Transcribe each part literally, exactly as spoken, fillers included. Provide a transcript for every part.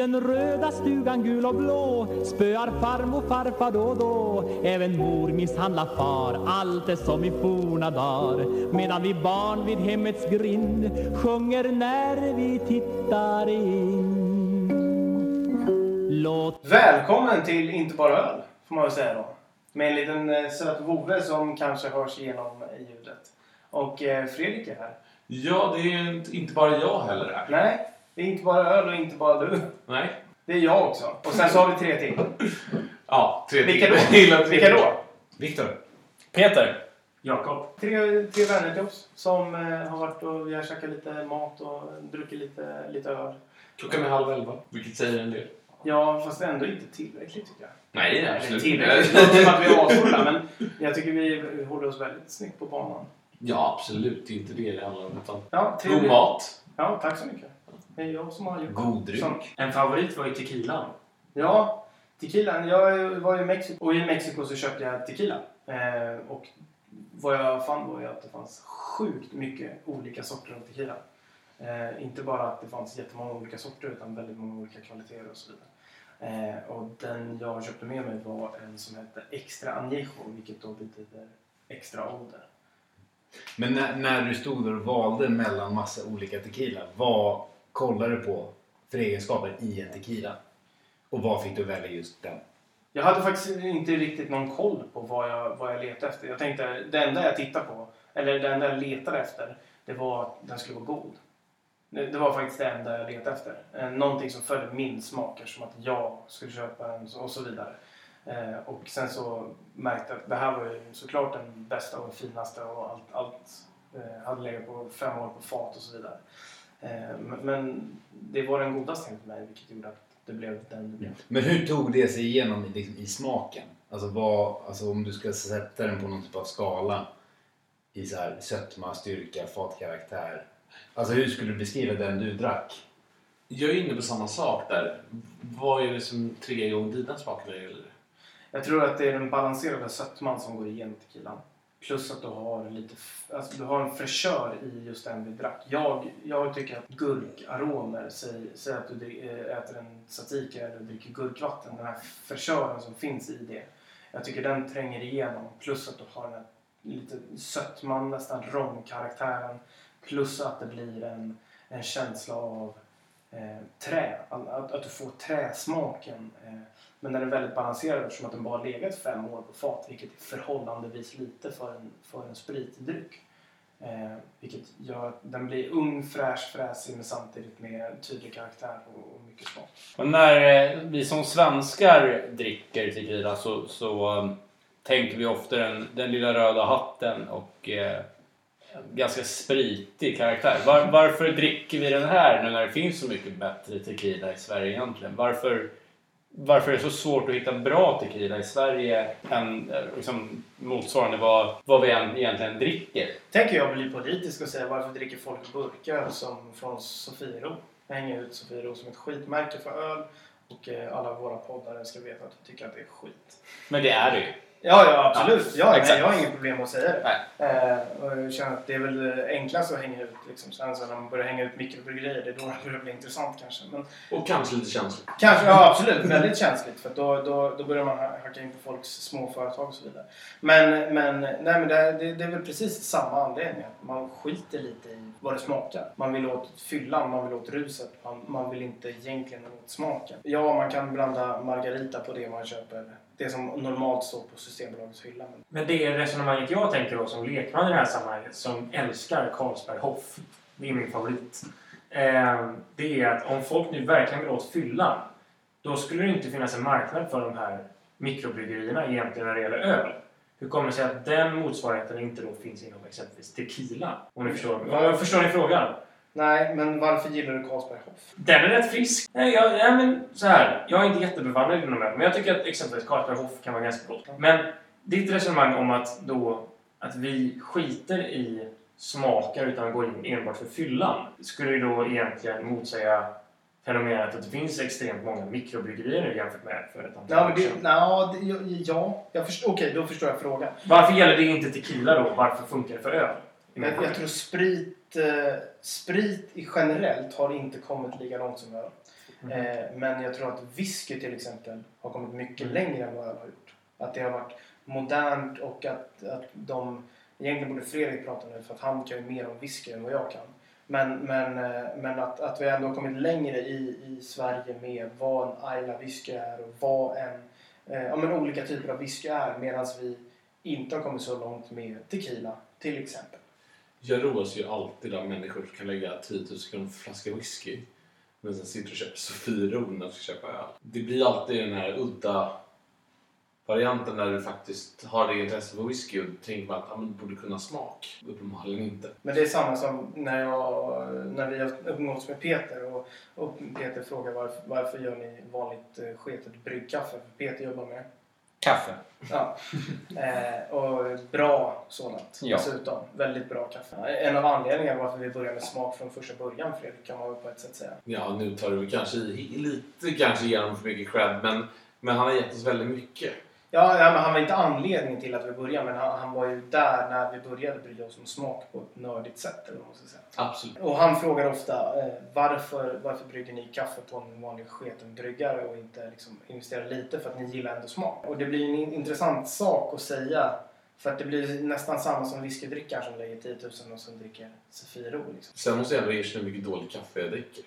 den röda stugan gul och blå, spöar farmor farfar då och då. Även mor misshandlar far, allt är som i forna dagar. Medan vi barn vid hemmets grind sjunger när vi tittar in. Låt... Välkommen till Inte bara öl, får man väl säga då. Med en liten eh, söt vovve som kanske hörs igenom i ljudet. Och eh, Fredrik är här. Ja, det är inte, inte bara jag heller här. Nej, det är inte bara öl och inte bara du. Nej. Det är jag också. Och sen så har vi tre till. Ja, tre till. Vilka då? Vilka då? Viktor. Peter. Jakob. Tre, tre vänner till oss som eh, har varit och vi har käkat lite mat och druckit lite, lite öl. Klockan är halv elva, vilket säger en del. Ja, fast ändå inte tillräckligt tycker jag. Nej, det är absolut tillräckligt. Det låter som att vi är asfulla, men jag tycker vi håller oss väldigt snyggt på banan. Ja, absolut. Det är inte det det handlar om. Utan ja, god mat. Ja, tack så mycket. Det är jag som har gjort god dryck. Som... En favorit var ju tequilan. Ja, tequilan. Jag var i Mexiko och i Mexiko så köpte jag tequila. Eh, och vad jag fann var ju att det fanns sjukt mycket olika sorter av tequila. Eh, inte bara att det fanns jättemånga olika sorter utan väldigt många olika kvaliteter och så vidare. Eh, och den jag köpte med mig var en som hette Extra Añejo, vilket då betyder extra ålder. Men när, när du stod där och valde mellan massa olika tequila, vad kollade du på för egenskaper i en tequila? Och vad fick du välja just den? Jag hade faktiskt inte riktigt någon koll på vad jag, vad jag letade efter. Jag tänkte, det enda jag tittade på, eller det enda jag letade efter, det var att den skulle vara god. Det, det var faktiskt det enda jag letade efter. Eh, någonting som följde min smak, som att jag skulle köpa en och så vidare. Eh, och sen så märkte jag att det här var ju såklart den bästa och finaste och allt, allt eh, hade legat på fem år på fat och så vidare. Eh, men, men det var den godaste för mig, vilket gjorde att det blev den det blev. Men hur tog det sig igenom i, liksom, i smaken? Alltså, vad, alltså om du ska sätta den på någon typ av skala i så här sötma, styrka, fatkaraktär. Alltså hur skulle du beskriva den du drack? Jag är inne på samma sak där. Vad är det som triggar igång dina smaker? Eller? Jag tror att det är den balanserade sötman som går igenom tequilan. Plus att du har lite, alltså du har en fräschör i just den vi drack. Jag, jag tycker att gurkaromer, säg, säg att du äter en tzatziki eller dricker gurkvatten. Den här fräschören som finns i det. Jag tycker den tränger igenom. Plus att du har den här lite sötman, nästan romkaraktären. Plus att det blir en, en känsla av eh, trä. Att, att du får träsmaken. Eh, men den är väldigt balanserad eftersom att den bara legat fem år på fat. Vilket är förhållandevis lite för en, för en spritdryck. Eh, vilket gör att den blir ung, fräsch, fräsig men samtidigt med tydlig karaktär och, och mycket smak. Och när eh, vi som svenskar dricker tequila så, så um, tänker vi ofta den, den lilla röda hatten och eh, ganska spritig karaktär. Var, varför dricker vi den här nu när det finns så mycket bättre tequila i Sverige egentligen? Varför, varför är det så svårt att hitta bra tequila i Sverige än liksom, motsvarande vad, vad vi än egentligen dricker? Tänker jag bli politisk och säga varför dricker folk burkar som från Sofiero? Jag hänger ut Sofiero som ett skitmärke för öl och eh, alla våra poddare ska veta att vi tycker att det är skit. Men det är det ju. Ja, ja absolut. Ja, ja, nej, jag har inget problem att säga det. Nej. Eh, och jag känner att det är väl enklast att hänga ut. Liksom. Sen så när man börjar hänga ut mikrobryggerier, det är då det börjar bli intressant kanske. Men, och kanske lite känsligt. Kanske, ja absolut. Väldigt känsligt. För då, då, då börjar man hacka in på folks små företag och så vidare. Men, men, nej, men det, det, det är väl precis samma anledning. Man skiter lite i vad det smakar. Man vill åt fyllan, man vill åt ruset. Man, man vill inte egentligen åt smaken. Ja, man kan blanda margarita på det man köper. Det som normalt står på Systembolagets hylla. Men det är resonemanget jag tänker då som lekman i det här sammanhanget som älskar Carlsberg Hoff. Det är min favorit. Eh, det är att om folk nu verkligen vill åt fyllan, då skulle det inte finnas en marknad för de här mikrobryggerierna egentligen när det gäller öl. Hur kommer det sig att den motsvarigheten inte då finns inom exempelvis tequila? Om ni förstår, vad förstår ni frågan? Nej, men varför gillar du Carlsberg Hoff? Den är rätt frisk. Nej, jag, nej men så här. Jag är inte jättebevandrad inom det. Men jag tycker att exempelvis Carlsberg Hoff kan vara ganska gott. Men ditt resonemang om att då att vi skiter i smaker utan går in enbart för fyllan skulle ju då egentligen motsäga fenomenet att det finns extremt många mikrobryggerier jämfört med för ett antal ja, år sedan. Ja, det, ja jag förstår, okej, då förstår jag frågan. Varför gäller det inte tequila då? Varför funkar det för öl? Jag, jag tror sprit, eh, sprit i generellt har inte kommit lika långt som öl. Mm. Eh, men jag tror att whisky till exempel har kommit mycket mm. längre än vad öl har gjort. Att det har varit modernt och att, att de... Egentligen borde Fredrik prata nu för att han kan ju mer om whisky än vad jag kan. Men, men, men att, att vi ändå har kommit längre i, i Sverige med vad en Islay whisky är och vad en... Eh, ja, men olika typer av whisky är, medan vi inte har kommit så långt med tequila till exempel. Jag roas ju alltid av människor som kan lägga tio tusen kronor för flaska whisky men sen sitter och köper Sofiero när de ska köpa öl. Det blir alltid den här udda varianten där du faktiskt har det intresse för whisky och tänker att ah, men du borde kunna smak. Uppenbarligen inte. Men det är samma som när, jag, när vi har umgåtts med Peter och, och Peter frågar varför, varför gör ni vanligt eh, sketet bryggkaffe? För Peter jobbar med kaffe. Ja. eh, och bra sådant. Ja. Dessutom. Väldigt bra kaffe. En av anledningarna varför vi börjar med smak från första början, Fredrik, kan man på ett sätt säga. Ja, nu tar du kanske lite kanske igenom för mycket cred, men, men han har gett oss väldigt mycket. Ja, ja, men han var inte anledningen till att vi började, men han, han var ju där när vi började bry oss om smak på ett nördigt sätt, eller vad man ska säga. Absolut. Och han frågar ofta eh, varför, varför brygger ni kaffe på en vanlig sketen bryggare och inte liksom investerar lite för att ni gillar ändå smak. Och det blir en intressant sak att säga, för att det blir nästan samma som whiskydrickaren som lägger tio tusen och som dricker Sofiero. Liksom. Sen måste jag ändå erkänna hur mycket dålig kaffe jag dricker.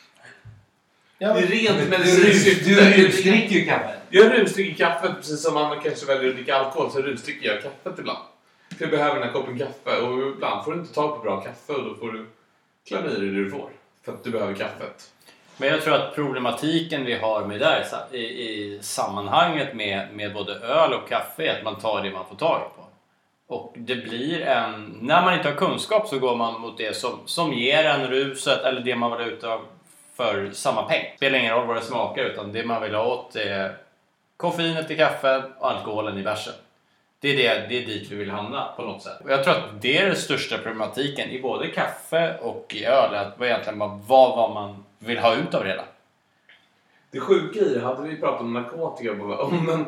Ja, men... Det är rent medicinskt syfte. Du rusdricker ju kaffe. Jag rusdricker kaffet precis som man kanske väljer att dricka alkohol, så rusdricker jag kaffet ibland. För jag behöver den här koppen kaffe och ibland får du inte tag på bra kaffe och då får du klämma i det du får. För att du behöver kaffet. Men jag tror att problematiken vi har med där i, i sammanhanget med, med både öl och kaffe är att man tar det man får tag på. Och det blir en... När man inte har kunskap så går man mot det som, som ger en ruset eller det man vill ut av för samma peng. Det spelar ingen roll vad det smakar, utan det man vill ha åt är koffeinet i kaffe och alkoholen i bärsen. Det är, det, det är dit vi vill hamna på något sätt. Och jag tror att det är den största problematiken i både kaffe och i öl. Att vad egentligen bara, vad, vad man vill ha ut av det hela. Det sjuka i det, hade vi pratat om narkotika och bara, oh, men...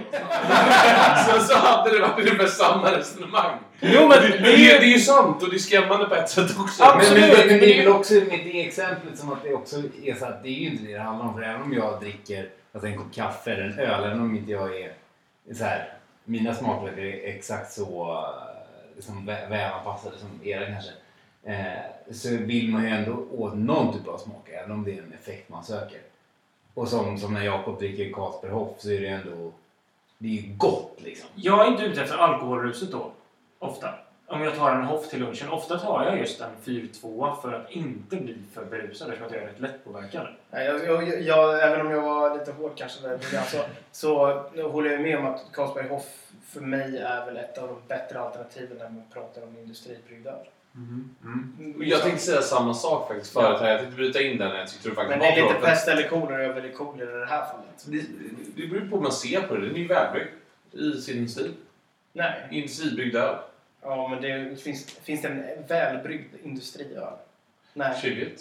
så, så hade det varit ungefär samma resonemang. Jo, men det, det, det, är, det är ju sant och det är skrämmande på ett sätt också. Absolut. Men, men, men det är väl också med det exemplet som att det också är så att det är ju inte det det handlar om. För även om jag dricker alltså en kopp kaffe eller en öl, även om inte jag är så här, mina smaklökar är exakt så liksom, välanpassade som era kanske. Eh, så vill man ju ändå åt någon typ av smak, även om det är en effekt man söker. Och som, som när Jakob dricker Carlsberg Hoff så är det ändå, det är ju gott liksom. Jag är inte ute efter alkoholruset då, ofta. Om jag tar en Hoff till lunchen, ofta tar jag just en fyra två för att inte bli för berusad, eftersom att jag är rätt lättpåverkad. Jag, jag, jag, även om jag var lite hård kanske där, så, så håller jag med om att Carlsberg Hoff för mig är väl ett av de bättre alternativen när man pratar om industribryggd öl. Mm. Mm. Jag tänkte säga samma sak faktiskt förut här. Jag tänkte bryta in den. Jag tyckte du faktiskt men det är lite pest eller kolera över det kolera i det här fallet. Det, det beror på hur man ser på det. Den är ju välbryggd i sin stil. Nej. Industribryggd öl. Ja, men det finns, finns det en välbryggd industriöl? Nej. Tjugot.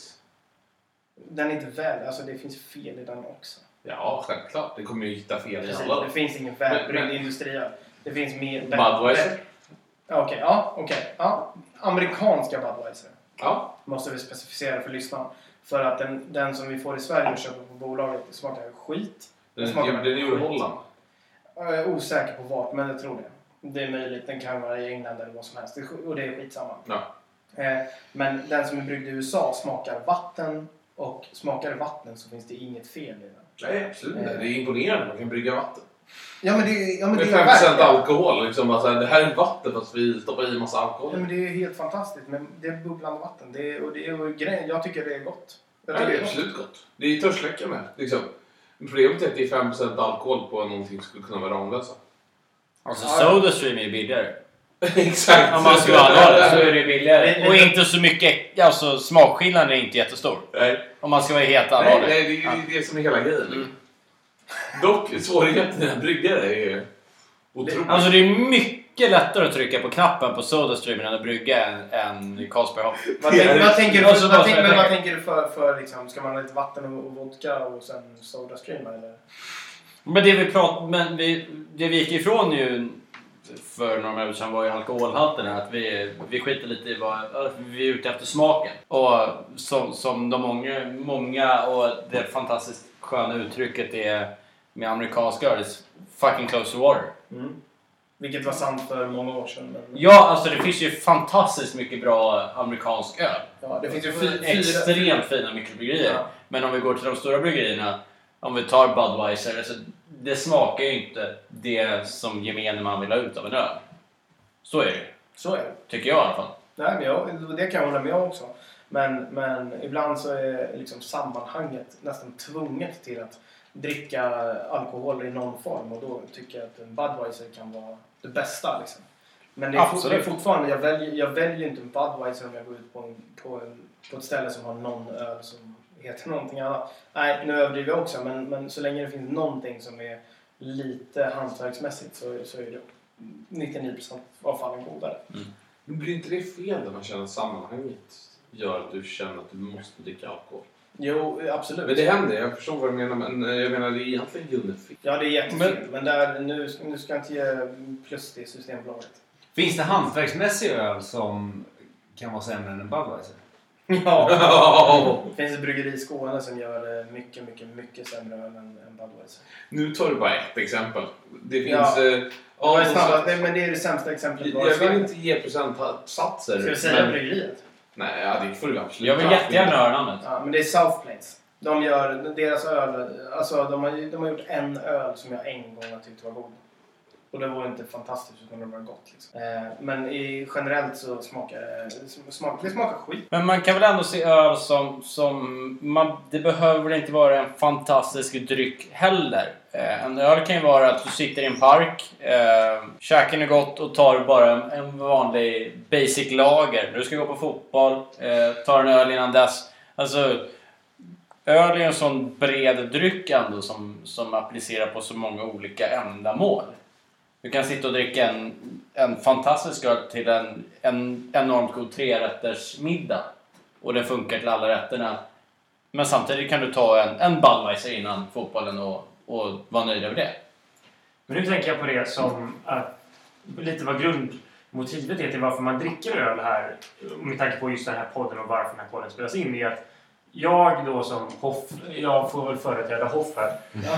Den är inte väl, alltså det finns fel i den också. Ja, självklart. Det kommer ju hitta fel i Precis, alla. det finns ingen välbryggd Men- men- industriöl. Det finns mer... Budweiser. Ja, Okej, ja, okej. Ja. Amerikanska Budweiser. Ja. Måste vi specificera för lyssnarna. För att den, den som vi får i Sverige och köper på bolaget smakar skit. Den, smakar den, den gjorde skit. Holland. Jag är osäker på vart, men jag tror det. Det är möjligt, den kan vara i England eller vad som helst. Det är sk- Och det är skitsamma. Ja. Eh, men den som är bryggd i U S A smakar vatten. Och smakar det vatten så finns det inget fel i den. Nej, absolut inte. Det är imponerande. Man kan brygga vatten. Ja, men det, ja, men Med det fem är procent verkligen- alkohol. Liksom, alltså, det här är vatten fast vi stoppar i en massa alkohol. Ja, men det är helt fantastiskt. Men det är bubblande vatten. Det är, och det är, och grejen, jag tycker det är gott. Jag Ja, tycker det är gott. absolut gott. Det är törstsläckare med. Liksom. Problemet är att det är fem procent alkohol på någonting som skulle kunna vara Ramlösa. Alltså Ja. SodaStream är ju billigare. Exakt. Om man ska vara allvarlig så är det Det- billigare. det- Och inte så mycket, alltså smakskillnaden är inte jättestor. Nej, Om man ska vara helt nej, allvarlig. nej, det är det, det som är hela grejen. Mm. Dock, svårigheten med bryggare är otroligt. Alltså det är mycket lättare att trycka på knappen på SodaStream än att brygga en, en Carlsberg Hoff. Vad tänker, vad tänker du, Alltså, vad vad tänker, jag men vad tänker. tänker du för, för liksom, ska man ha lite vatten och, och vodka och sen SodaStream eller? Men det vi pratar, men vi, det vi gick ifrån ju för några minuter sedan var ju alkoholhalten här, att vi, vi skiter lite i vad vi är ute efter smaken. Och som, som de många, många och det fantastiskt sköna uttrycket är med amerikansk öl, fucking close to water. Mm. Vilket var sant för många år sedan. Men... Ja, alltså det finns ju fantastiskt mycket bra amerikansk öl. Ja, det finns ju fyra, extremt fina mikrobryggerier. Ja. Men om vi går till de stora bryggerierna, om vi tar Budweiser, alltså, det smakar ju inte det som gemene man vill ha ut av en öl. Så är det. Så är det. Tycker jag i alla fall. Nej, men jag, det kan jag hålla med om också. Men, men ibland så är liksom sammanhanget nästan tvunget till att dricka alkohol i någon form. Och då tycker jag att en Budweiser kan vara det bästa. Liksom. Men det är, for, det är fortfarande, jag väljer, jag väljer inte en Budweiser om jag går ut på, en, på, en, på ett ställe som har någon öl som heter någonting annat. Nej, nu överdriver jag också. Men, men så länge det finns någonting som är lite hantverksmässigt så, så är det nittionio procent av fallen godare. Mm. Men blir inte det fel när man känner att sammanhanget gör att du känner att du måste dricka alkohol? Jo, absolut. Men det händer, jag förstår vad du menar, men jag menar det är egentligen guldfel. Ja, det är jättefint, men, men där, nu, nu ska jag inte ge plus till Systembolaget. Finns det hantverksmässig öl som kan vara sämre än en Budweiser? Ja, det finns ett bryggeri i Skåne som gör mycket, mycket, mycket sämre öl än, än Budweiser. Nu tar du bara ett exempel. Det finns... Ja. Eh, ja, det snabba, det, men det är det sämsta exemplet. Jag, jag vill inte ge procentsatser. Ska vi säga men... bryggeriet? Nej, ja, det får du absolut. Jag vill jättegärna höra namnet. Ja, men det är South Plains. De gör deras öl, alltså de har, de har gjort en öl som jag en gång har tyckt var god. Och det var inte fantastiskt utan det var gott liksom. Eh, men i, generellt så smakar det, smak, det smakar skit. Men man kan väl ändå se öl som, som man, det behöver inte vara en fantastisk dryck heller. Eh, en öl kan ju vara att du sitter i en park, eh, käken är gott och tar bara en, en vanlig basic lager. Du ska gå på fotboll, eh, tar en öl innan dess. Alltså, öl är en sån bred dryck ändå som, som applicerar på så många olika ändamål. Du kan sitta och dricka en, en fantastisk öl till en, en enormt god trerätters middag. Och den funkar till alla rätterna. Men samtidigt kan du ta en, en Budweiser innan fotbollen och, och vara nöjd över det. Men nu tänker jag på det som att lite vad grundmotivet är till varför man dricker öl här. Med tanke på just den här podden och varför den här podden spelas in är att jag då som Hoff, jag får väl företräda Hoff här.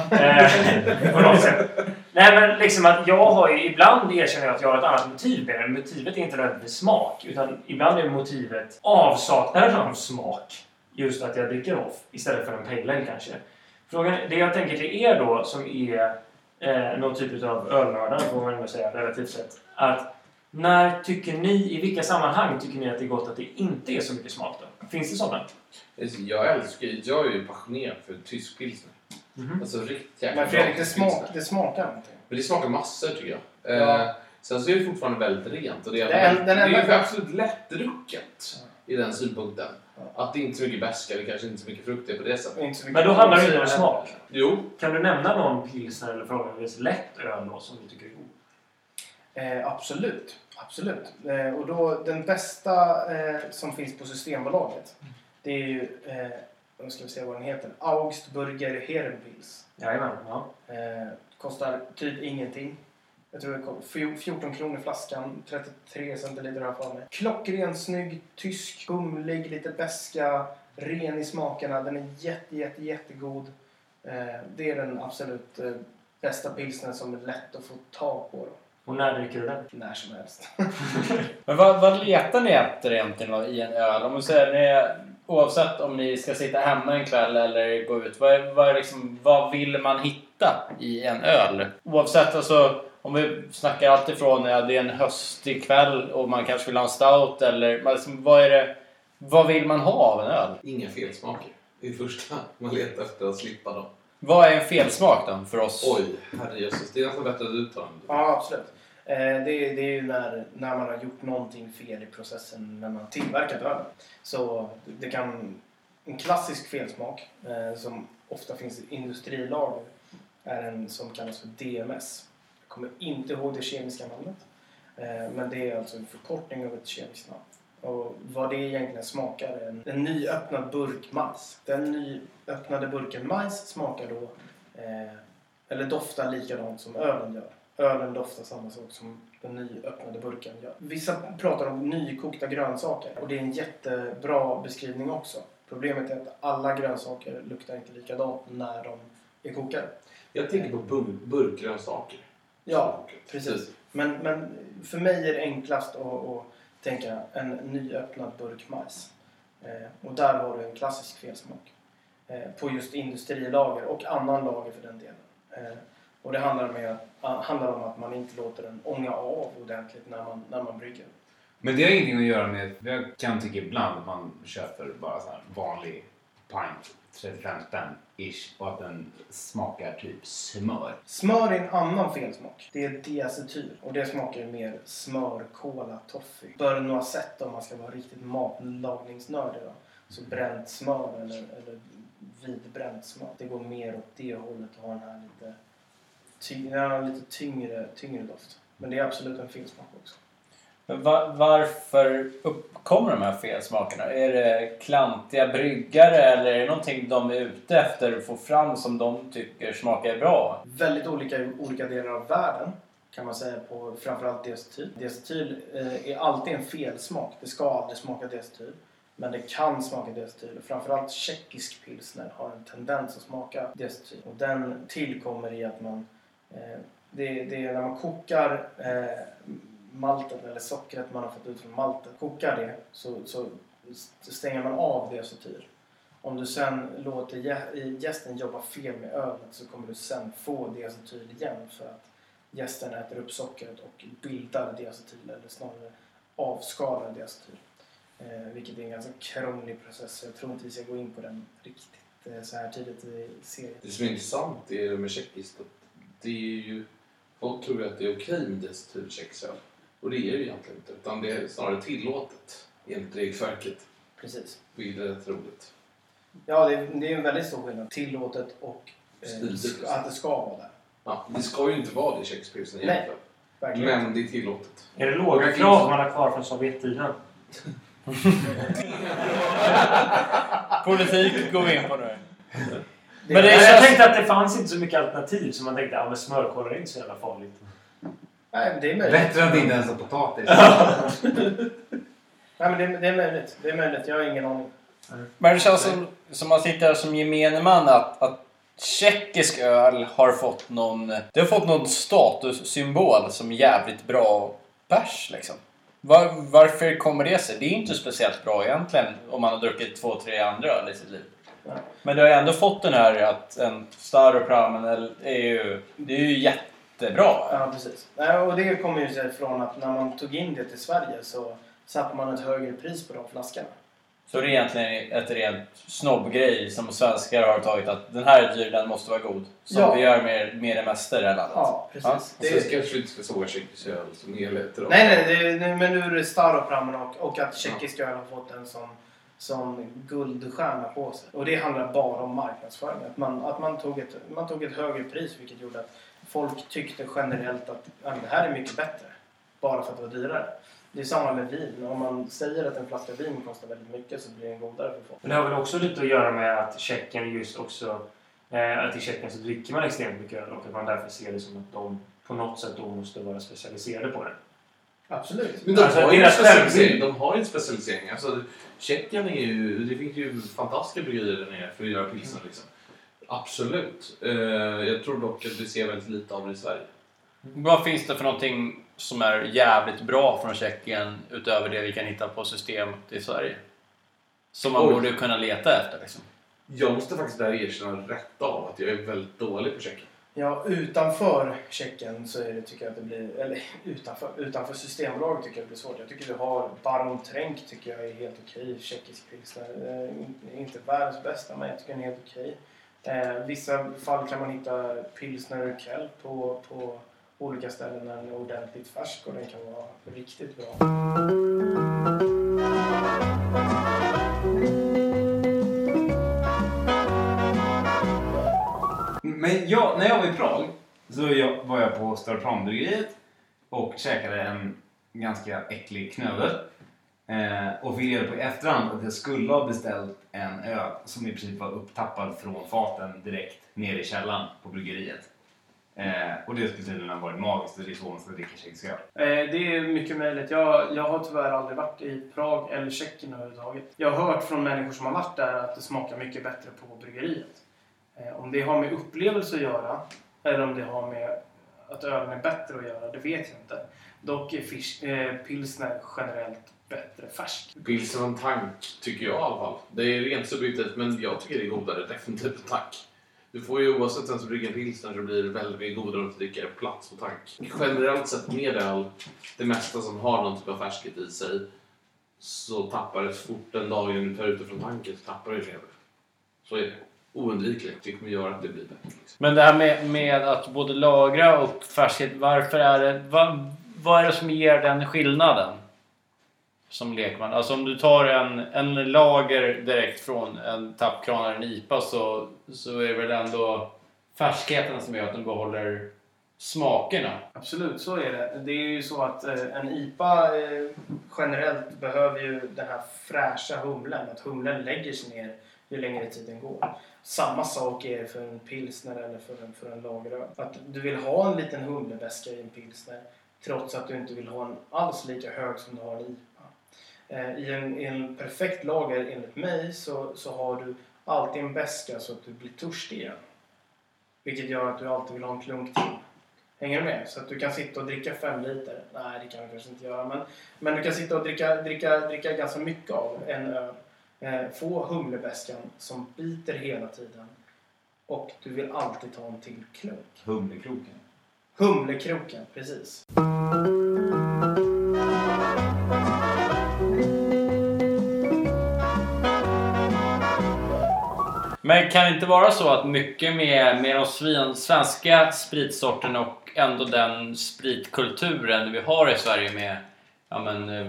eh, på något sätt. Nej men liksom att jag har ju, ibland erkänner jag att jag har ett annat motiv med det. Motivet är inte nödvändigtvis smak. Utan ibland är motivet avsaknaden av smak. Just att jag dricker Hoff istället för en pale ale kanske. Frågan, det jag tänker till er då som är eh, någon typ av ölnördar får man ändå säga relativt sett. Att när tycker ni, i vilka sammanhang tycker ni att det är gott att det inte är så mycket smak då? Finns det sådana? Jag älskar, jag är ju passionerad för tysk pilsner. Mm-hmm. Alltså riktigt jäkla Men Fredrik, det, smak, det smakar någonting. Men det smakar massor tycker jag. Ja. Eh, sen så är det fortfarande väldigt rent. Och det är, Den- den det är ju enda- absolut lättdrucket i den synpunkten. Att det inte är så mycket bäska, det kanske inte är så mycket frukt på det sättet. Inte så mycket Men då handlar det inte om kolsyra smak. heller. Jo, Kan du nämna någon pilsner eller förhållandevis lätt öl då som du tycker är god? Eh, absolut, absolut. Eh, och då den bästa eh, som finns på Systembolaget, det är ju, eh, nu ska vi se vad den heter, Augstburger Herrenpils. Jajamän, ja. Eh, kostar typ ingenting. Jag tror det kom fjorton kronor flaskan, trettiotre centiliter har jag för mig. Klockren, snygg, tysk, humlig, lite beska, ren i smakerna. Den är jätte, jätte, jättegod. Eh, det är den absolut eh, bästa pilsnen som är lätt att få tag på då. Och när dricker du den? När som helst. Men vad, vad letar ni efter egentligen då, i en öl? Om du säger, ni, oavsett om ni ska sitta hemma en kväll eller gå ut. Vad, är- vad, är liksom, vad vill man hitta i en öl? Oavsett, alltså, om vi snackar allt ifrån ja, det är en höstig kväll och man kanske vill ha en stout. Eller, men liksom, vad, är det, vad vill man ha av en öl? inga felsmaker. Det är det första man letar efter att slippa dem. Vad är en felsmak då för oss? Oj, herrejösses. Det är nästan bättre att uttala det. Ja, absolut. Eh, det, är- det är ju när, när man har gjort någonting fel i processen när man tillverkat öl. Så det kan... En klassisk felsmak eh, som ofta finns i industrilager är en som kallas för D M S. Jag kommer inte ihåg det kemiska namnet. Eh, men det är alltså en förkortning av ett kemiskt namn. Och vad det egentligen smakar är en, en nyöppnad burk majs. Den nyöppnade burken majs smakar då, eh, eller doftar likadant som ölen gör. ölen doftar samma sak som den nyöppnade burken gör. Vissa pratar om nykokta grönsaker och det är en jättebra beskrivning också. Problemet är att alla grönsaker luktar inte likadant när de är kokade. Jag tänker på bur- burkgrönsaker. Ja, precis. Men, men för mig är det enklast att, att tänka en nyöppnad burk majs. Eh, och där har du en klassisk felsmak. Eh, på just industrilager och annan lager för den delen. Eh, och det handlar, med, handlar om att man inte låter den ånga av ordentligt när man, när man brygger. Men det har ingenting att göra med, jag kan tycka ibland att man köper bara så här vanlig pint, trettiofem spänn ish, och att den smakar typ smör. Smör är en annan felsmak. Det är diacetyl och det smakar mer smör, kola, toffee. Bör nog ha sett om man ska vara riktigt matlagningsnördig då. Så bränt smör eller, eller vidbränt smör. Det går mer åt det hållet och har den här lite, ty- den har lite tyngre, tyngre doft. Men det är absolut en felsmak också. Men var, varför uppkommer de här felsmakerna? Är det klantiga bryggare eller är det någonting de är ute efter att få fram som de tycker smakar bra? Väldigt olika i olika delar av världen kan man säga på framförallt diacetyl. Diacetyl eh, är alltid en felsmak. Det ska aldrig smaka diacetyl. Men det kan smaka diacetyl. Framförallt tjeckisk pilsner har en tendens att smaka diacetyl. Och den tillkommer i att man... Eh, det, det är när man kokar... Eh, malten eller sockret man har fått ut från malten. Kokar det så, så stänger man av diacetyl. Om du sen låter gästen jobba fel med ölet så kommer du sen få diacetyl igen för att gästen äter upp sockret och bildar diacetyl eller snarare avskalar diacetyl. Eh, vilket är en ganska krånglig process. Jag tror inte vi ska gå in på den riktigt eh, så här tidigt i serien. Det som är intressant är med tjeckiskt att det är ju... Folk tror ju att det är okej med diacetyl tjeckisöl. Och det är ju egentligen inte. Utan det är snarare tillåtet enligt regelverket. Precis. Vilket är rätt roligt. Ja, det är, det är en väldigt stor skillnad. Tillåtet och eh, Stiltigt. att det ska vara där. Ja, det ska ju inte vara det i tjeckiskt egentligen. Verkligen. Men det är tillåtet. Är det låga krav man har kvar från Sovjettiden? Politik går vi in på nu. Det, Men det, är, jag tänkte att det fanns inte så mycket alternativ så man tänkte att ja, smörkål är inte så jävla farligt. nej, det är möjligt. Bättre än att inte ens ha potatis. Nej, men det, det är möjligt. Det är möjligt. Jag har ingen aning. Men det känns som, som man sitter som gemene man att, att tjeckisk öl har fått någon, det har fått någon statussymbol som jävligt bra bärs liksom. Var, varför kommer det sig? Det är inte speciellt bra egentligen om man har druckit två, tre andra öl i sitt liv. Ja. Men det har ju ändå fått den här att en Staropramen är ju, det är ju jättebra. Ja, precis. Nej, och det kommer ju sig från att när man tog in det till Sverige så satte man ett högre pris på de flaskorna. Så det är egentligen ett rent snobbgrej som svenskar har tagit att den här är dyr, den måste vara god. Som Ja. vi gör med, med det mesta i det här landet. Ja, precis. Ja. Det, Sen kanske vi inte ska såga tjeckisk öl som helhet. då. nej, nej, det, det, men nu är det Staropramen och, och att tjeckiska öl har fått en sån, sån guldstjärna på sig. Och det handlar bara om marknadsföring. Att man, att man, tog ett, man tog ett högre pris vilket gjorde att folk tyckte generellt att ja, det här är mycket bättre. Bara för att det var dyrare. Det är samma med vin. Om man säger att en flaska vin kostar väldigt mycket så blir den godare för folk. Men det har väl också lite att göra med att Tjeckien just också... Eh, att i Tjeckien så dricker man extremt mycket öl och att man därför ser det som att de på något sätt då måste vara specialiserade på det. Absolut. Men de Alltså, har ju en deras specialisering. självbild. De har ju en specialisering. Alltså, Tjeckien är ju... Det finns ju fantastiska bryggerier där nere för att göra pilsner liksom. Absolut. Eh, jag tror dock att vi ser väldigt lite av det i Sverige. Vad finns det för någonting som är jävligt bra från Tjeckien utöver det vi kan hitta på systemet i Sverige? Som man Oj. borde kunna leta efter liksom. Jag måste faktiskt där erkänna rätt av att jag är väldigt dålig på Tjeckien. Ja, utanför Tjeckien så är det, tycker jag att det blir, eller utanför, utanför Systembolaget tycker jag det blir svårt. Jag tycker vi har Baron Trenk tycker jag är helt okej, tjeckisk pilsner. Eh, inte världens bästa, men jag tycker den är helt okej. Eh, vissa fall kan man hitta pilsner och Kell på, på olika ställen när den är ordentligt färsk och den kan vara riktigt bra. Men jag, när jag var i Prag så jag, var jag på Staropram-bryggeriet och käkade en ganska äcklig knödel. Eh, och fick reda på i efterhand att jag skulle ha beställt en öl som i princip var upptappad från faten direkt ner i källaren på bryggeriet. Eh, och det skulle tydligen ha varit magiskt och det är så man ska dricka tjeckiska öl. Eh, det är mycket möjligt. Jag, jag har tyvärr aldrig varit i Prag eller Tjeckien överhuvudtaget. Jag har hört från människor som har varit där att det smakar mycket bättre på bryggeriet. Eh, om det har med upplevelse att göra eller om det har med att ölen är bättre att göra, det vet jag inte. Dock är fish, eh, pilsner generellt bättre färsk. Pilsner från tank tycker jag i alla fall. Det är rent subjektivt, men jag tycker det är godare definitivt tank. Du får ju oavsett vem som brygger pilsner så blir det väldigt godare att dricka plats på tank. Generellt sett med öl, det mesta som har någon typ av färskhet i sig, så tappar det fort den dagen du tar ut det från tanken så tappar det lever. Så är det. Oundvikligt. Det kommer göra att det blir bättre. Liksom. Men det här med, med att både lagra och färskhet, varför är det, vad, vad är det som ger den skillnaden som lekman? Alltså om du tar en, en lager direkt från en tappkran eller en I P A så, så är det väl ändå färskheten som gör att den behåller smakerna. Absolut, så är det. Det är ju så att eh, en I P A eh, generellt behöver ju den här fräscha humlen. Att humlen lägger sig ner ju längre tiden går. Samma sak är det för en pilsner eller för en, för en lageröl. Att du vill ha en liten humleväska i en pilsner trots att du inte vill ha en alls lika hög som du har en I P A. Eh, I, en, I en perfekt lager enligt mig så, så har du alltid en väska så att du blir törstig igen. Vilket gör att du alltid vill ha en klunk till. Hänger du med? Så att du kan sitta och dricka fem liter. Nej, det kan du kanske inte göra. Men, men du kan sitta och dricka, dricka, dricka ganska mycket av en öl. Eh, få humleväskan som biter hela tiden. Och du vill alltid ta en till klunk. Humlekroken. Humlekroken, precis. Men kan det inte vara så att mycket med, med de svenska spritsorterna och ändå den spritkulturen vi har i Sverige med ja men, eh,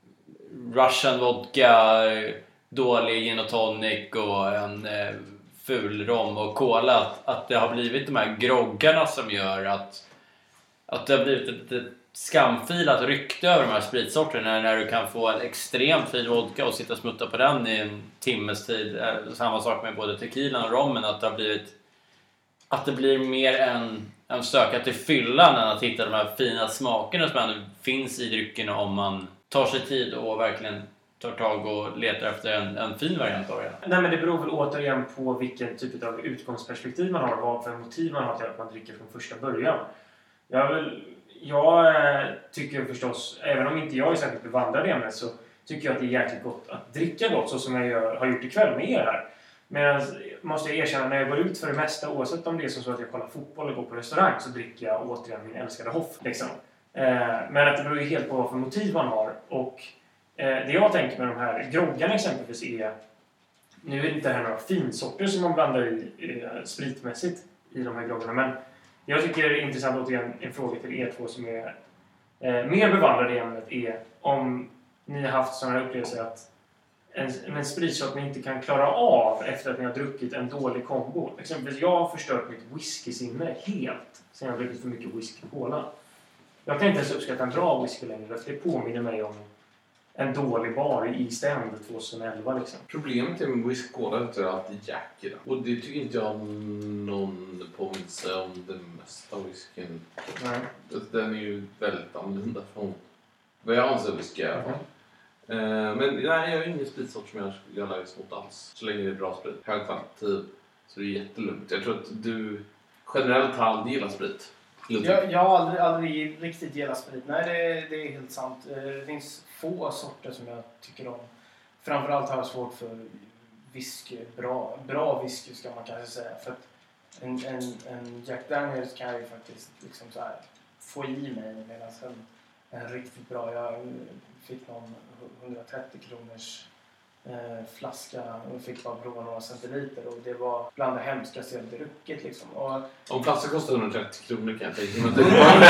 Russian vodka, eh, dålig gin och tonic och en eh, ful rom och cola, att, att det har blivit de här groggarna som gör att, att det har blivit ett litet skamfilat rykte över de här spritsorterna när du kan få en extremt fin vodka och sitta och smutta på den i en timmes tid. Samma sak med både tequilan och rommen, att det har blivit att det blir mer en, en söka till fyllan än att hitta de här fina smakerna som ändå finns i dryckerna om man tar sig tid och verkligen tar tag och letar efter en, en fin variant av det. Nej, men det beror väl återigen på vilken typ av utgångsperspektiv man har och vad för motiv man har till att man dricker från första början. Jag vill Jag tycker förstås, även om inte jag är särskilt bevandrad i ämnet, så tycker jag att det är jäkligt gott att dricka gott så som jag gör, har gjort ikväll med er här. Men måste jag erkänna, när jag går ut för det mesta, oavsett om det är så att jag kollar fotboll eller går på restaurang, så dricker jag återigen min älskade Hoff. Liksom. Men att det beror ju helt på vad för motiv man har. Och det jag tänker med de här groggarna exempelvis är, nu är det inte här några finsorter som man blandar i spritmässigt i de här groggarna, men jag tycker det är intressant att återigen en fråga till er två som är eh, mer bevandrade i ämnet är om ni har haft sådana upplevelser att en, en spritsort ni inte kan klara av efter att ni har druckit en dålig kombo. Exempelvis jag har förstört mitt whisky-sinne helt sen jag har druckit för mycket whisky-cola. Jag kan inte ens uppskatta en bra whisky längre för det påminner mig om en dålig bar i East End tjugoelva liksom. Problemet är med whisky cola är att det är alltid Jack i den. Och det tycker inte jag någon påminner sig om den mesta whiskyn. Nej. Den är ju väldigt annorlunda från vad jag anser whisky i alla fall. Mm. Men nej, jag har ingen spritsort som jag skulle allergisk mot alls. Så länge det är bra sprit. Hög kvalitativ. Så det är jättelugnt. Jag tror att du generellt har aldrig gillat sprit. Jag, jag har aldrig, aldrig riktigt gillat sprit. Nej, det, det är helt sant. Det finns få sorter som jag tycker om. Framförallt har jag svårt för whisky. Bra, bra whisky ska man kanske säga. För att en, en, en Jack Daniels kan jag ju faktiskt liksom så här få i mig. Medan en, en riktigt bra, jag fick någon hundratrettio kronors eh, flaska och fick bara prova några centiliter. Och det var bland det hemskaste jag druckit liksom. Och om flaskan kostar hundratrettio kronor kan jag tänka mig.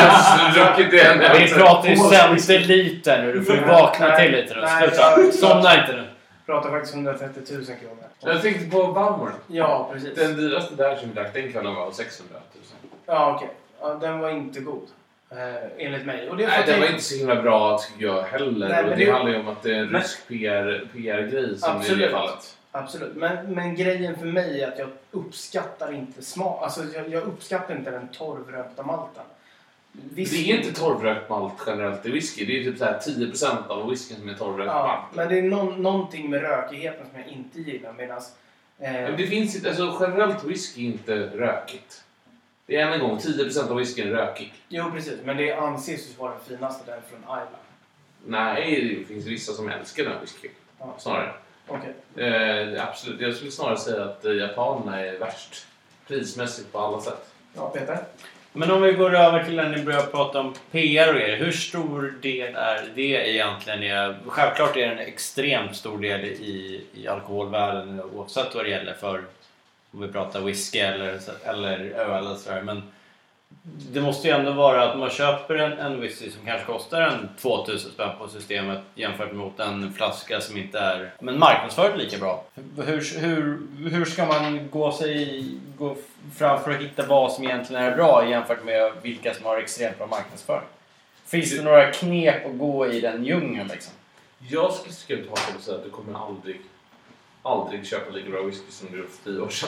Vi pratar ju centiliter nu. Du får ju vakna till lite nu. Sluta. Somna inte nu. Pratar faktiskt hundratrettio tusen kronor. Jag tänkte på Valmor. Ja, precis. Den dyraste där som vi drack den kvällen var sexhundratusen. Ja, okej. Okay. Ja, den var inte god. Eh, enligt mig. Och det Nej, den jag... var inte så himla bra tycker jag heller. Nej, och det, det handlar ju om att det är en rysk P R, P R-grej som absolut. i det fallet. Absolut. Men, men grejen för mig är att jag uppskattar inte smak. Alltså jag, jag uppskattar inte den torvrökta malten. Whisky. Det är inte torvrökt malt generellt i whisky. Det är typ så här tio procent av whiskyn som är torvrökt ja, malt. Men det är no- någonting med rökigheten som jag inte gillar. Medans, eh... det finns inte, alltså generellt whisky är inte rökigt. Det är en gång tio procent av whiskyn rökig. Jo precis, men det anses ju vara den finaste där från Isla. Nej, det finns vissa som älskar den whisky. Ja. Snarare. Okay. Eh, absolut, jag skulle snarare säga att eh, japanerna är värst prismässigt på alla sätt. Ja, Peter. Men om vi går över till när ni börjar prata om P R och er, hur stor del är det egentligen? Är, självklart är det en extremt stor del i, i alkoholvärlden oavsett vad det gäller för om vi pratar whisky eller, eller öl eller sådär. Men det måste ju ändå vara att man köper en, en whisky som kanske kostar en tvåtusen spänn på systemet jämfört mot en flaska som inte är men marknadsförd lika bra. Hur, hur, hur ska man gå, sig, gå fram för att hitta vad som egentligen är bra jämfört med vilka som har extremt bra marknadsföring? Finns det några knep att gå i den djungeln liksom? Jag skulle skriva tillbaka och säga att du kommer aldrig aldrig köpa lika bra whisky som du gjorde för tio år sedan.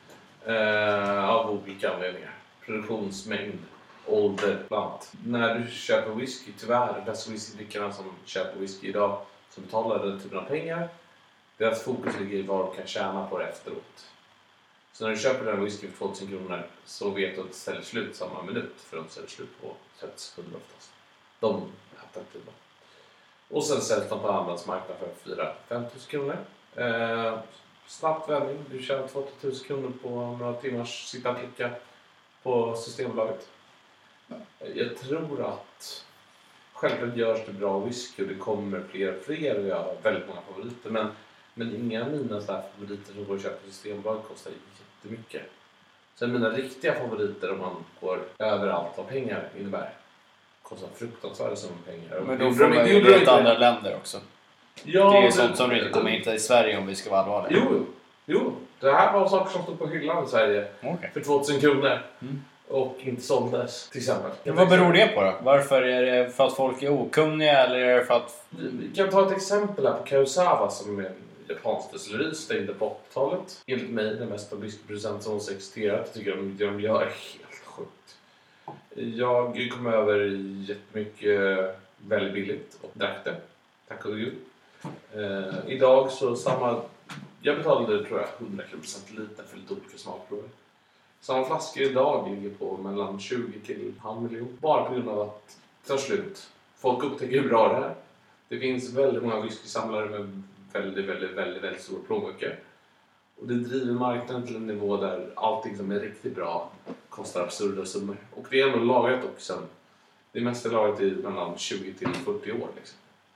Uh, av olika anledningar. Produktionsmängd, ålder, bland. När du köper whisky, tyvärr, dessa whiskydrickarna som köper whisky idag som betalar den typen av pengar, deras fokus ligger i vad de kan tjäna på det efteråt. Så när du köper den whisky för tvåtusen kronor så vet du att det ställer slut samma minut, för de ställer slut på sex sekunder oftast. De är attraktiva. Och sen säljs de på andrahandsmarknaden för fyra till fem tusen kronor. Eh, snabbt vändning, du tjänar tvåtusen kronor på några timmars sitta och klicka på Systembolaget. Jag tror att självklart görs det bra whisky och det kommer fler och fler och jag har väldigt många favoriter. Men, men inga av mina favoriter som går att köpa på Systembolaget kostar jättemycket. Sen mina riktiga favoriter om man går överallt vad pengar innebär kostar fruktansvärda som pengar. Men då får man ju leta andra länder också. Ja, det är ju sånt som du inte kommer hitta i Sverige om vi ska vara allvarliga. Jo, jo, det här var saker som stod på hyllan i Sverige okay. för tvåtusen kronor. Mm. Och inte såldes, till exempel. Men vad beror det på då? Varför är det för att folk är okunniga eller är det för att... Vi kan ta ett exempel här på Kurosawa som är en japansk destilleri stängde på åttiotalet. Enligt mig den mesta whiskyproducent som har existerat. Jag tycker de, de gör helt sjukt. Jag kom över jättemycket väldigt billigt och drack det. Tack och gud. Eh, idag så samma... Jag betalade tror jag hundra kronor centiliter för lite olika smakprover. Samma flaskor idag ligger på mellan tjugo till en halv miljon. Bara på grund av att det tar slut. Folk upptäcker hur bra det är. Det finns väldigt många whiskysamlare med väldigt, väldigt, väldigt, väldigt stora plånböcker. Och det driver marknaden till en nivå där allting som är riktigt bra kostar absurda summor. Och det är ändå lagrat också. Det är mest lagrat i mellan tjugo till fyrtio år liksom.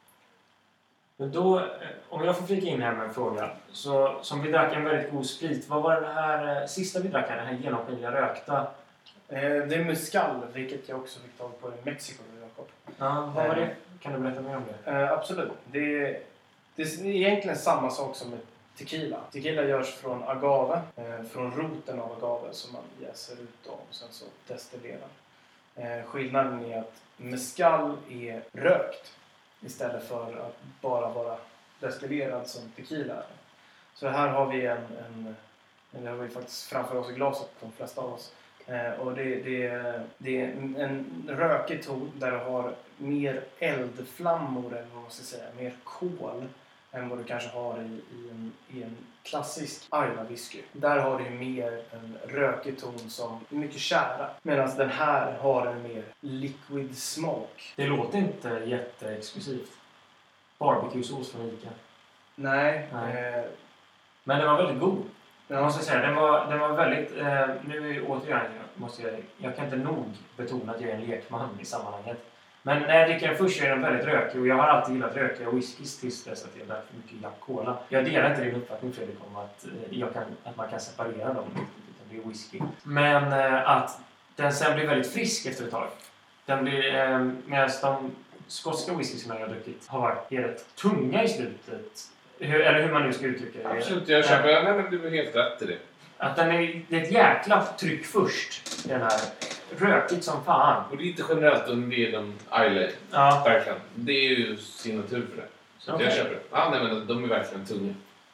Men då, om jag får flika in här med en fråga. Så, som vi drack en väldigt god sprit. Vad var det här sista vi drack här? Den här genomskinliga rökta? Eh, det är Mezcal, vilket jag också fick tag på i Mexiko. Ja, vad var det? Kan du berätta mer om det? Eh, absolut. Det är, det är egentligen samma sak som med tequila. Tequila görs från agave. Eh, från roten av agave som man jäser ut och sen så destillerar. Eh, skillnaden är att Mezcal är rökt. Istället för att bara vara destillerad som tequila. Så här har vi en, en, det har vi faktiskt framför oss i glaset, de flesta av oss. Eh, och det, det, det är en, en rökig ton där du har mer eldflammor eller vad man ska säga, mer kol än vad du kanske har i, i, en, i en klassisk Islay whisky. Där har du mer en rökig ton som är mycket kära. Medan den här har en mer liquid smoke. Det låter inte jätteexklusivt. Barbecue-sås från Ica. Nej. Nej. Eh, Men den var väldigt god. Jag måste säga, den var, den var väldigt... Eh, nu återigen, måste jag, jag kan inte nog betona att jag är en lekman i sammanhanget. Men när jag dricker den först är den väldigt rökig. Och jag har alltid gillat rökiga whiskys tills dess att jag drack för mycket Jack Cola. Jag delar inte din uppfattning, Fredrik, om att, eh, jag kan, att man kan separera dem. Utan det är whisky. Men eh, att den sen blir väldigt frisk efter ett tag. Den blir... Eh, medan de skotska whisky som jag har druckit har varit rätt tunga i slutet. Hur, eller hur man nu ska uttrycka det. Absolut, jag köper det. Nej, men du är helt rätt i det. Att den är, det är ett jäkla tryck först. Den här rökigt som fan. Och det är inte generellt om det är den Islay. Ja. Verkligen. Det är ju signatur för det. Så okay. Jag köper det. Ja, nej, men de är verkligen tunga.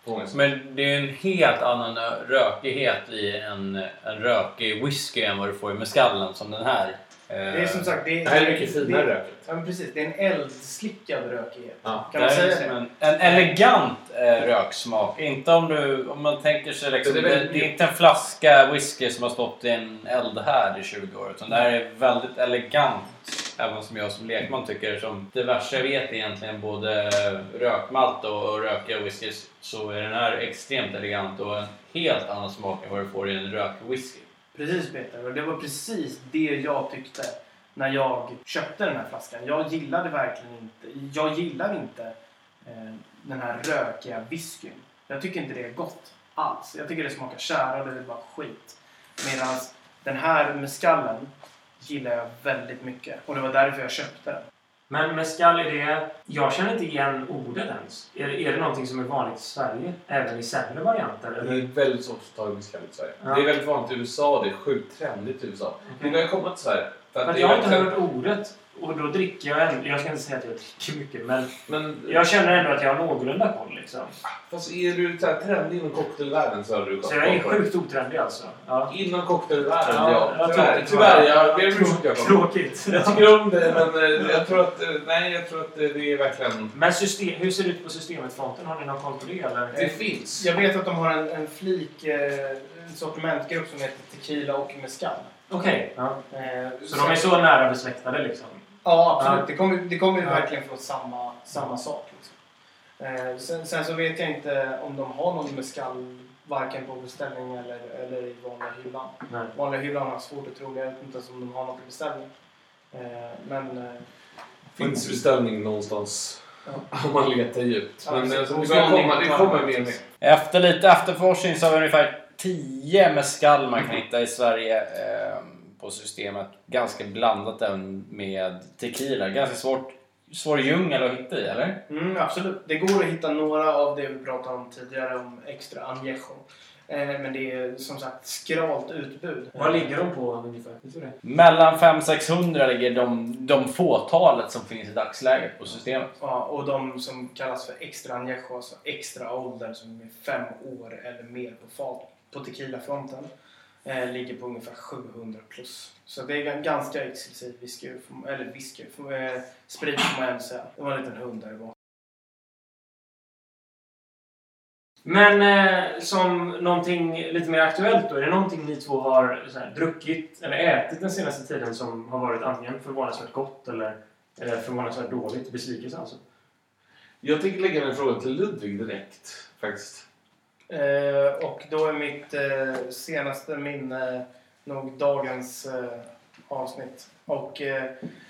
Men det är en helt annan rökighet i en, en rökig whisky än vad du får i meskallen som den här. Det är som sagt, det är, det här är mycket finare rökigt. Ja, men precis. Det är en eldslickad rökighet. Ja. Kan man säga det? det? En, en elegant eh, röksmak. Inte om du, om man tänker sig liksom, det, det, är det, det är inte en flaska whisky som har stått i en eldhärd i tjugo år. Utan det här är väldigt elegant. Även som jag som lekman tycker, som det värsta jag vet egentligen både rökmalt och, och rökiga whiskys, så är den här extremt elegant och en helt annan smak än vad du får i en rökwhisky. Precis Peter, och det var precis det jag tyckte när jag köpte den här flaskan. Jag gillade verkligen inte, jag gillar inte eh, den här rökiga whiskyn. Jag tycker inte det är gott alls. Jag tycker det smakar kära och det är bara skit. Medan den här meskallen gillar jag väldigt mycket. Och det var därför jag köpte den. Men mescal är det... Jag känner inte igen ordet ens. Är det, är det någonting som är vanligt i Sverige? Även i sämre varianter? Eller? Det är väldigt svårt att ta i mescal i Sverige. Ja. Det är väldigt vanligt i U S A, det är sjukt trendigt i U S A. Okay. Det har kommit till Sverige. För att För att det jag är har inte verkligen... hört ordet. Och då dricker jag ändå... Jag ska inte säga att jag dricker mycket, men... Men Jag känner ändå att jag har någorlunda koll liksom. fast är du så här trendig inom cocktailvärlden så har du Så jag är sjukt otrendig alltså. Ja. Inom cocktailvärlden, Ja, ja. jag Tyvärr, tror- tyvärr jag ber om ursäkt, Jakob. Tråkigt. Jag tycker om det, men eh, jag tror att... eh, Nej, jag tror att det det är verkligen... Men system, hur ser det ut på systemet-fronten? Har ni någon koll på det eller? Det finns. Jag vet att de har en, en flik, eh, en sortimentgrupp som heter tequila och mescal. Okej. Ja. Eh, Så de är så nära besläktade liksom? Ja, absolut. Ja. Det kommer, det kommer ju Ja. verkligen från samma, samma sak. Liksom. Eh, sen, sen så vet jag inte om de har någon mescal varken på beställning eller, eller i vanliga hyllan. Nej. Vanliga hyllan har svårt att tro. Jag vet inte ens om de har något i beställning. Eh, men... Eh, Finns beställning någonstans. Ja. Om man letar djupt. Ja, Men precis. alltså, det, börjar komma, det kommer mer och mer. Efter lite efterforskning så har vi ungefär tio mescal man kan hitta i Sverige eh, på systemet. Ganska blandat även med tequila. Ganska svårt, svår djungel att hitta i, eller? Mm, absolut. Det går att hitta några av det vi pratade om tidigare om extra añejo. Eh, men det är som sagt skralt utbud. Vad ligger de på ungefär? Vet du det? Mellan fem till sexhundra ligger de, de fåtalet som finns i dagsläget på systemet. Ja, och de som kallas för extra añejo, alltså extra ålder som är fem år eller mer på fat på tequila-fronten, eh, ligger på ungefär sjuhundra plus. Så det är en ganska exklusiv whisky, eller whisky, eh, sprit får man ändå säga. Det var en liten hund där bak. Men eh, som någonting lite mer aktuellt då, är det någonting ni två har så här, druckit eller ätit den senaste tiden som har varit antingen förvånansvärt gott eller, eller förvånansvärt dåligt? Besvikelse alltså? Jag tänker lägga en fråga till Ludvig direkt, faktiskt. Eh, och då är mitt eh, senaste minne nog dagens eh, avsnitt. Och eh,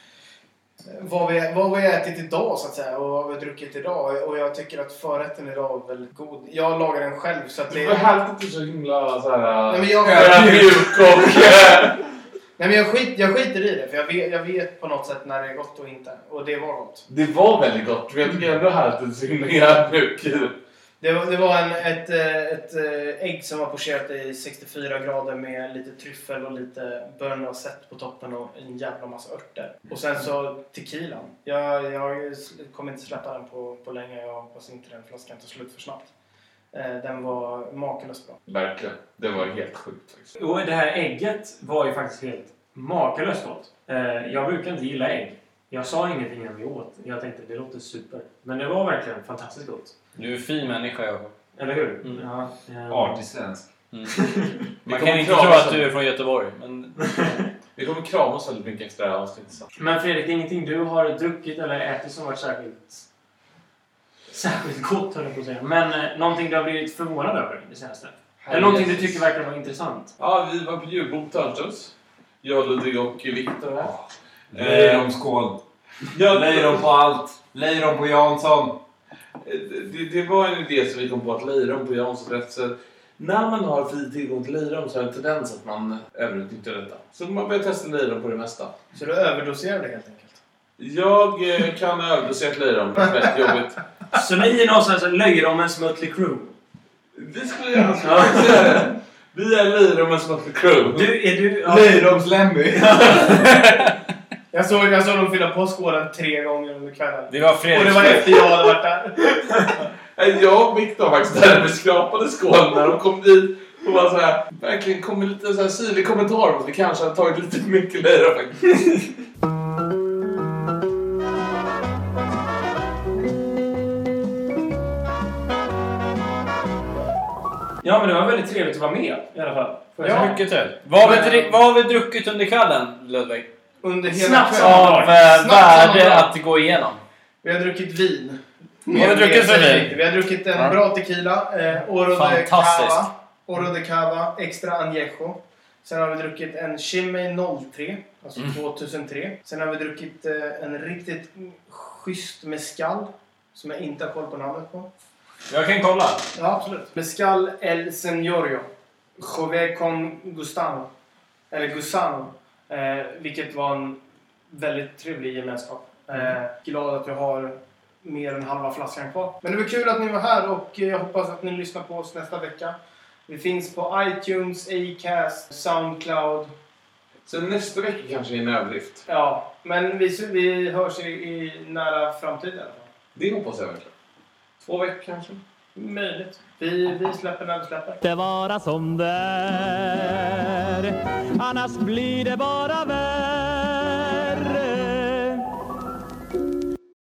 vad, vi, vad vi ätit idag så att säga och vad vi druckit idag. Och jag tycker att förrätten idag var väldigt god. Jag lagar den själv så att det... Det var härligt att du är så himla så här... Nej, men jag- ödmjuk och... Nej, men jag, skit, jag skiter i det för jag vet, jag vet på något sätt när det är gott och inte. Och det var gott. Det var väldigt gott, men jag tycker ändå härligt att du är så himla ödmjuk. Det var, det var en, ett, eh, ett eh, ägg som var pocherat i sextiofyra grader med lite tryffel och lite bearnaisette på toppen och en jävla massa örter. Och sen så tequilan. Jag, jag kommer inte släppa den på, på länge. Jag hoppas inte den flaskan tar slut för snabbt. Eh, den var makalöst bra. Verkligen. Det var helt sjukt faktiskt. Och det här ägget var ju faktiskt helt makalöst gott. Eh, jag brukar inte gilla ägg. Jag sa ingenting innan vi åt. Jag tänkte det låter super. Men det var verkligen fantastiskt gott. Du är en fin människa, Jakob. Eller hur? Mm. Ja, eh, Artig svensk. Mm. Vi Man kommer kan inte kramas tro att sen. du är från Göteborg, men Vi kommer kramas väldigt mycket extra avsnitt sen. Men Fredrik, det är ingenting du har druckit eller ätit som varit särskilt särskilt gott, höll jag på att säga. Men eh, någonting du har blivit förvånad över det senaste? Eller någonting du tycker verkar vara intressant? Ja, vi var på julbord på Törnströms. Jag, Ludvig och Viktor här. Lejonskål. Ja, Lejon på allt. Lejon på Jansson. Det, det var en idé som vi kom på att lejon på Jansson rätt. Så när man har fri tillgång till lejon så är det en tendens att man överutnyttjar detta. Så man börjar testa lejon på det mesta. Så du överdoserade helt enkelt? Jag eh, kan överdosera ett lejon. Det är väldigt jobbigt. Så ni är någonstans en löjrommens Mötley Crüe? Vi skulle gärna säga det. Vi är lejonens Mötley Crüe. Du, är du... Ja. Lejoms Lemmy. Jag såg, jag såg dem fylla på skålen tre gånger under kvällen. det var Och Fredrik. det var efter jag hade varit där. Jag och Victor faktiskt där vi skrapade skål när de kom dit och var så här, verkligen kom med lite så här syrlig kommentar att vi kanske har tagit lite för mycket lejra faktiskt. Ja, men det var väldigt trevligt att vara med i alla fall. Ja, mycket trevligt. Vad har vi, dri- vad har vi druckit under kvällen, Ludvig? Under hela Snabbt kvällen. Av eh, Snabbt värde sammandrag. att gå igenom. Vi har druckit vin. Vad har vi druckit för vin? Vi har druckit en Ja. bra tequila. Eh, Oro de Fantastiskt. Cava. Oro de Cava. Extra Añejo. Sen har vi druckit en Chimay noll tre. Alltså Mm. tvåtusentre. Sen har vi druckit eh, en riktigt schysst mezcal. Som jag inte har koll på namnet på. Jag kan kolla. Ja, absolut. Mezcal El Signorio. Jové con Gustano. Eller Gusano. Eh, vilket var en väldigt trevlig gemenskap. Eh, glad att jag har mer än halva flaskan kvar. Men det var kul att ni var här och jag hoppas att ni lyssnar på oss nästa vecka. Vi finns på iTunes, Acast, Soundcloud. Så nästa vecka kanske är en överdrift. Ja, men vi, vi hörs i, i nära framtid i alla fall. Det hoppas jag verkligen. Två veckor kanske. Möjligt. Vi, vi släpper när vi släpper. Det vara som det är, annars blir det bara